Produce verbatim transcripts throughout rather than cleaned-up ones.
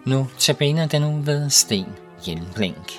Nu tabiner den nu ved Sten Hjelmblink.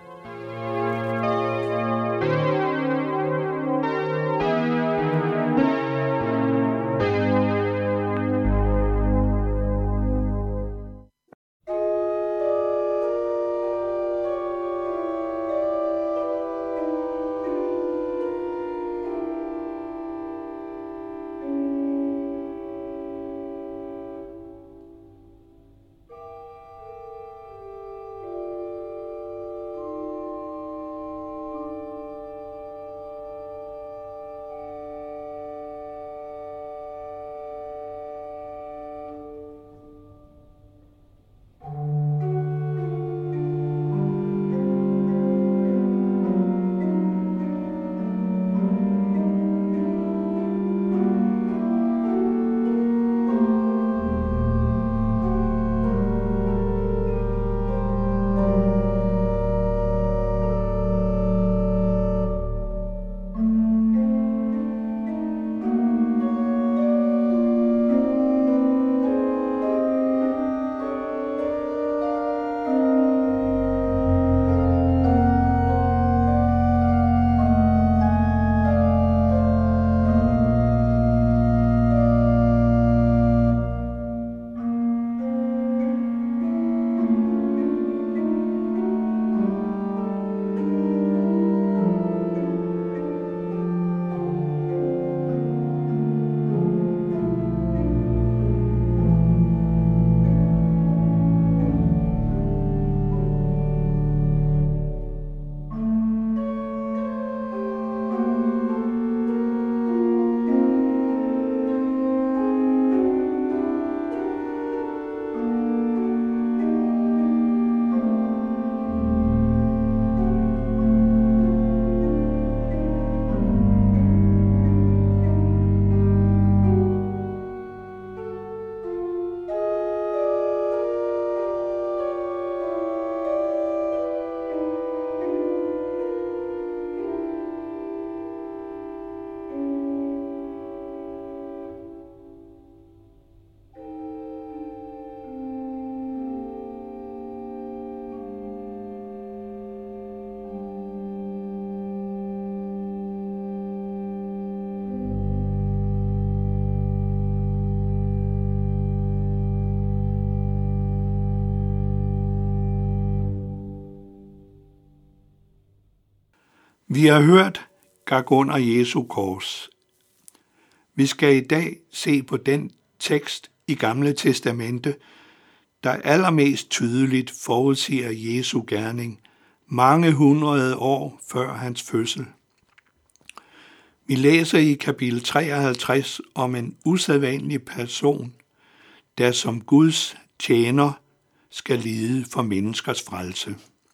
Vi har hørt Gak under Jesu kors. Vi skal i dag se på den tekst i Gamle Testamente, der allermest tydeligt forudsiger Jesu gerning mange hundrede år før hans fødsel. Vi læser i kapitel treoghalvtreds om en usædvanlig person, der som Guds tjener skal lide for menneskers frelse.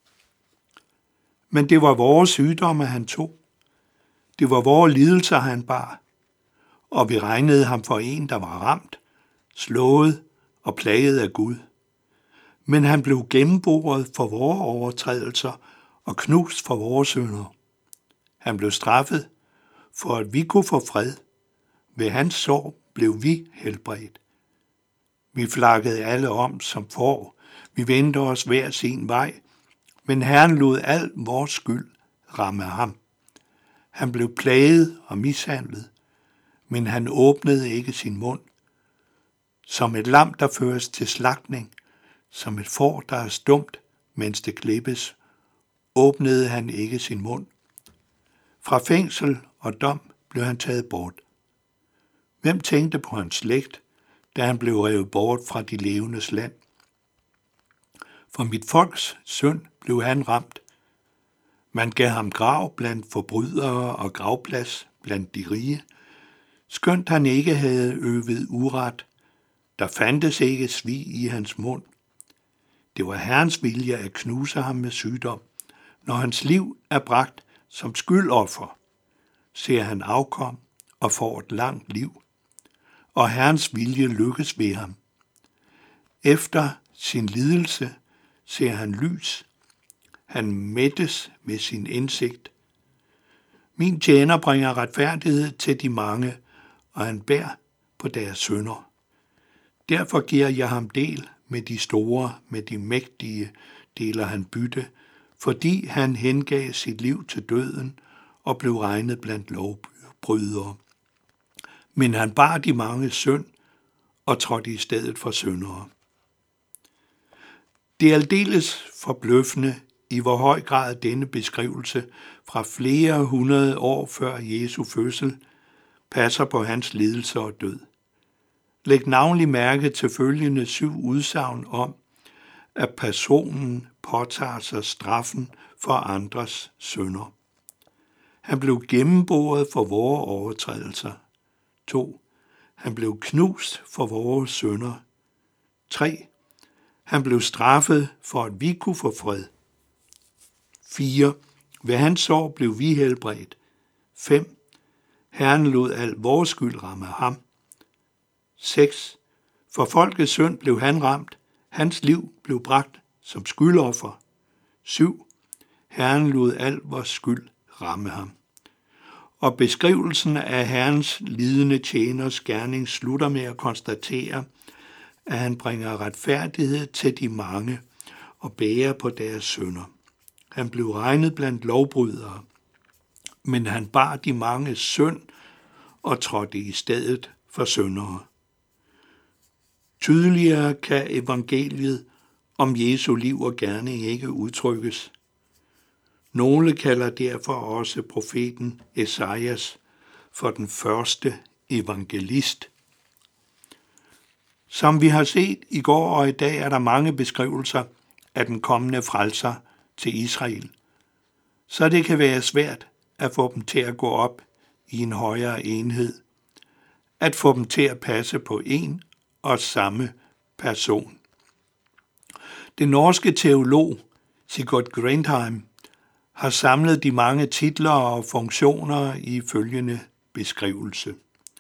Men det var vores sygdomme, han tog. Det var vores lidelser, han bar. Og vi regnede ham for en, der var ramt, slået og plaget af Gud. Men han blev gennemboret for vores overtrædelser og knust for vores synder. Han blev straffet, for at vi kunne få fred. Ved hans sår blev vi helbredt. Vi flakkede alle om som får. Vi vendte os hver sin vej. Men Herren lod al vores skyld ramme ham. Han blev plaget og mishandlet, men han åbnede ikke sin mund. Som et lam, der føres til slagtning, som et får, der er stumt, mens det klippes, åbnede han ikke sin mund. Fra fængsel og dom blev han taget bort. Hvem tænkte på hans slægt, da han blev revet bort fra de levendes land? For mit folks synd blev han ramt. Man gav ham grav blandt forbrydere og gravplads blandt de rige, skønt han ikke havde øvet uret. Der fandtes ikke svig i hans mund. Det var Herrens vilje at knuse ham med sygdom. Når hans liv er bragt som skyldoffer, ser han afkom og får et langt liv. Og Herrens vilje lykkes ved ham. Efter sin lidelse ser han lys. Han mættes med sin indsigt. Min tjener bringer retfærdighed til de mange, og han bærer på deres synder. Derfor giver jeg ham del med de store, med de mægtige, deler han bytte, fordi han hengav sit liv til døden og blev regnet blandt lovbrydere. Men han bar de mange synd og trådte i stedet for syndere. Det er aldeles forbløffende, i hvor høj grad denne beskrivelse fra flere hundrede år før Jesu fødsel passer på hans lidelse og død. Læg navnlig mærke til følgende syv udsagn om, at personen påtager sig straffen for andres synder. Han blev gennemboret for vores overtrædelser. to. Han blev knust for vores synder. tre. Han blev straffet for, at vi kunne få fred. fire. Ved hans sår blev vi helbredt. fem. Herren lod al vores skyld ramme ham. seks. For folkets synd blev han ramt. Hans liv blev bragt som skyldoffer. syv. Herren lod al vores skyld ramme ham. Og beskrivelsen af Herrens lidende tjeners gerning slutter med at konstatere, at han bringer retfærdighed til de mange og bærer på deres synder. Han blev regnet blandt lovbrydere, men han bar de mange synd og trådte i stedet for syndere. Tydeligere kan evangeliet om Jesu liv og gerning ikke udtrykkes. Nogle kalder derfor også profeten Esajas for den første evangelist. Som vi har set i går og i dag, er der mange beskrivelser af den kommende frelser til Israel, så det kan være svært at få dem til at gå op i en højere enhed, at få dem til at passe på en og samme person. Den norske teolog Sigurd Grindheim har samlet de mange titler og funktioner i følgende beskrivelse.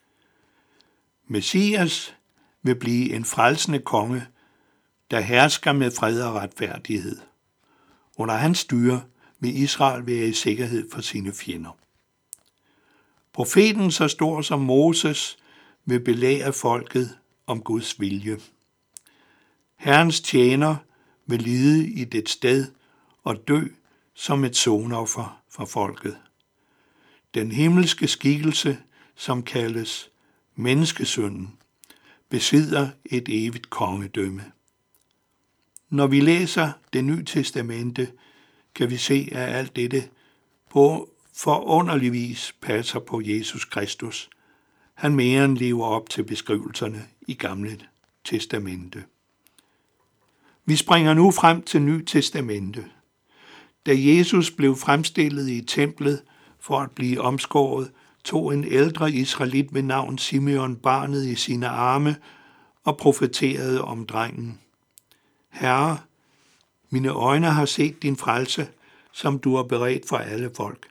Messias vil blive en frelsende konge, der hersker med fred og retfærdighed. Under hans styre vil Israel være i sikkerhed for sine fjender. Profeten, så stor som Moses, vil belære folket om Guds vilje. Herrens tjener vil lide i det sted og dø som et sonoffer for folket. Den himmelske skikkelse, som kaldes menneskesønnen, besidder et evigt kongedømme. Når vi læser Det Nye Testamente, kan vi se, at alt dette på forunderlig vis passer på Jesus Kristus. Han mere end lever op til beskrivelserne i Gamle Testamente. Vi springer nu frem til Nye Testamente. Da Jesus blev fremstillet i templet for at blive omskåret, tog en ældre israelit ved navn Simeon barnet i sine arme og profeterede om drengen. Herre, mine øjne har set din frelse, som du har beredt for alle folk.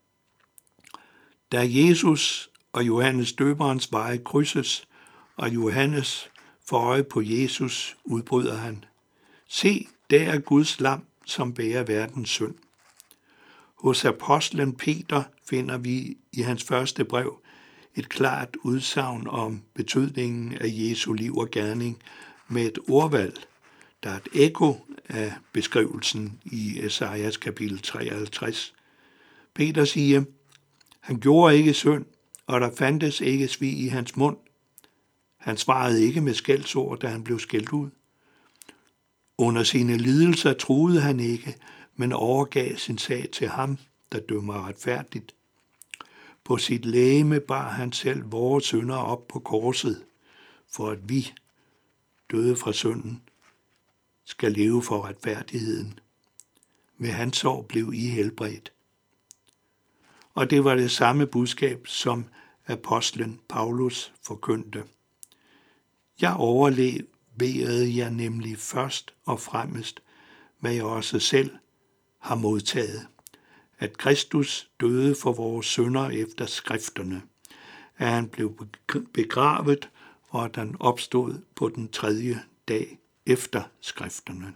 Da Jesus og Johannes døberens veje krydses, og Johannes får øje på Jesus, udbryder han: Se, der er Guds lam, som bærer verdens synd. Hos apostlen Peter finder vi i hans første brev et klart udsagn om betydningen af Jesu liv og gerning med et ordvalg, der er et ekko af beskrivelsen i Esajas kapitel treoghalvtreds. Peter siger: Han gjorde ikke synd, og der fandtes ikke svig i hans mund. Han svarede ikke med skældsord, da han blev skældt ud. Under sine lidelser truede han ikke, men overgav sin sag til ham, der dømmer retfærdigt. På sit legeme bar han selv vores synder op på korset, for at vi, døde fra synden, skal leve for retfærdigheden. Ved hans sår blev I helbredt. Og det var det samme budskab, som apostlen Paulus forkyndte. Jeg overleverede jer nemlig først og fremmest, hvad jeg også selv har modtaget, at Kristus døde for vores synder efter skrifterne, at han blev begravet, og at han opstod på den tredje dag efter skrifterne.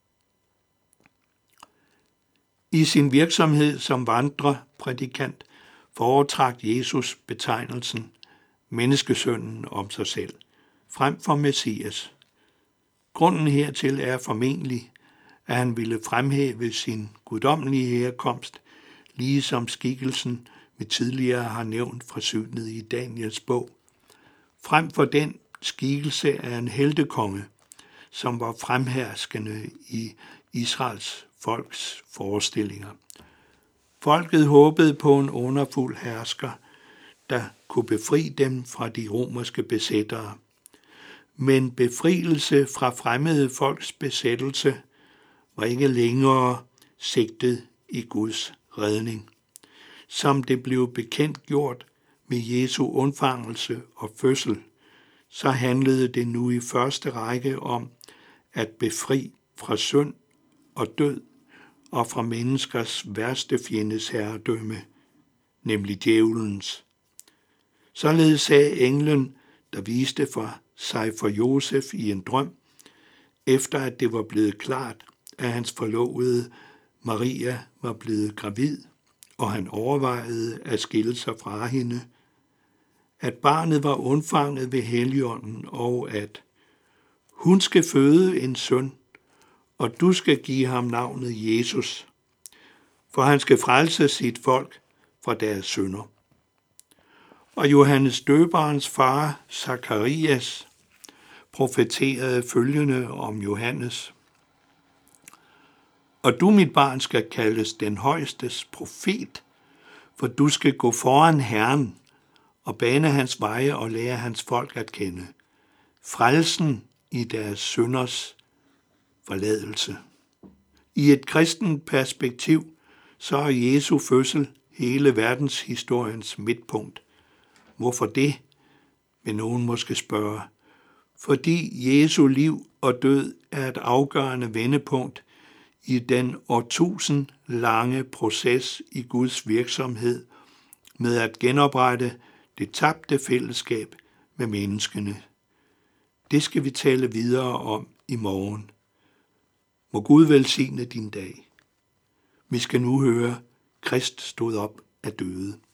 I sin virksomhed som vandreprædikant foretrak Jesus betegnelsen menneskesønnen om sig selv, frem for Messias. Grunden hertil er formentlig, at han ville fremhæve sin guddommelige herkomst, ligesom skikkelsen, vi tidligere har nævnt fra synet i Daniels bog, frem for den skikkelse af en heltekonge, som var fremherskende i Israels folks forestillinger. Folket håbede på en underfuld hersker, der kunne befri dem fra de romerske besættere. Men befrielse fra fremmede folks besættelse var ikke længere sigtet i Guds redning. Som det blev bekendt gjort med Jesu undfangelse og fødsel, så handlede det nu i første række om at befri fra synd og død og fra menneskers værste fjendes herredømme, nemlig djævelens. Således sagde englen, der viste for sig for Josef i en drøm, efter at det var blevet klart, at hans forlovede Maria var blevet gravid, og han overvejede at skille sig fra hende, at barnet var undfanget ved Helligånden, og at hun skal føde en søn, og du skal give ham navnet Jesus, for han skal frelse sit folk fra deres synder. Og Johannes døberens far, Zakarias, profeterede følgende om Johannes: Og du, mit barn, skal kaldes den højestes profet, for du skal gå foran Herren og bane hans veje og lære hans folk at kende, frelsen i deres synders forladelse. I et kristent perspektiv, så er Jesu fødsel hele verdenshistoriens midtpunkt. Hvorfor det, vil nogen måske spørge. Fordi Jesu liv og død er et afgørende vendepunkt i den årtusind lange proces i Guds virksomhed med at genoprette det tabte fællesskab med menneskene. Det skal vi tale videre om i morgen. Må Gud velsigne din dag. Vi skal nu høre, Krist stod op af døde.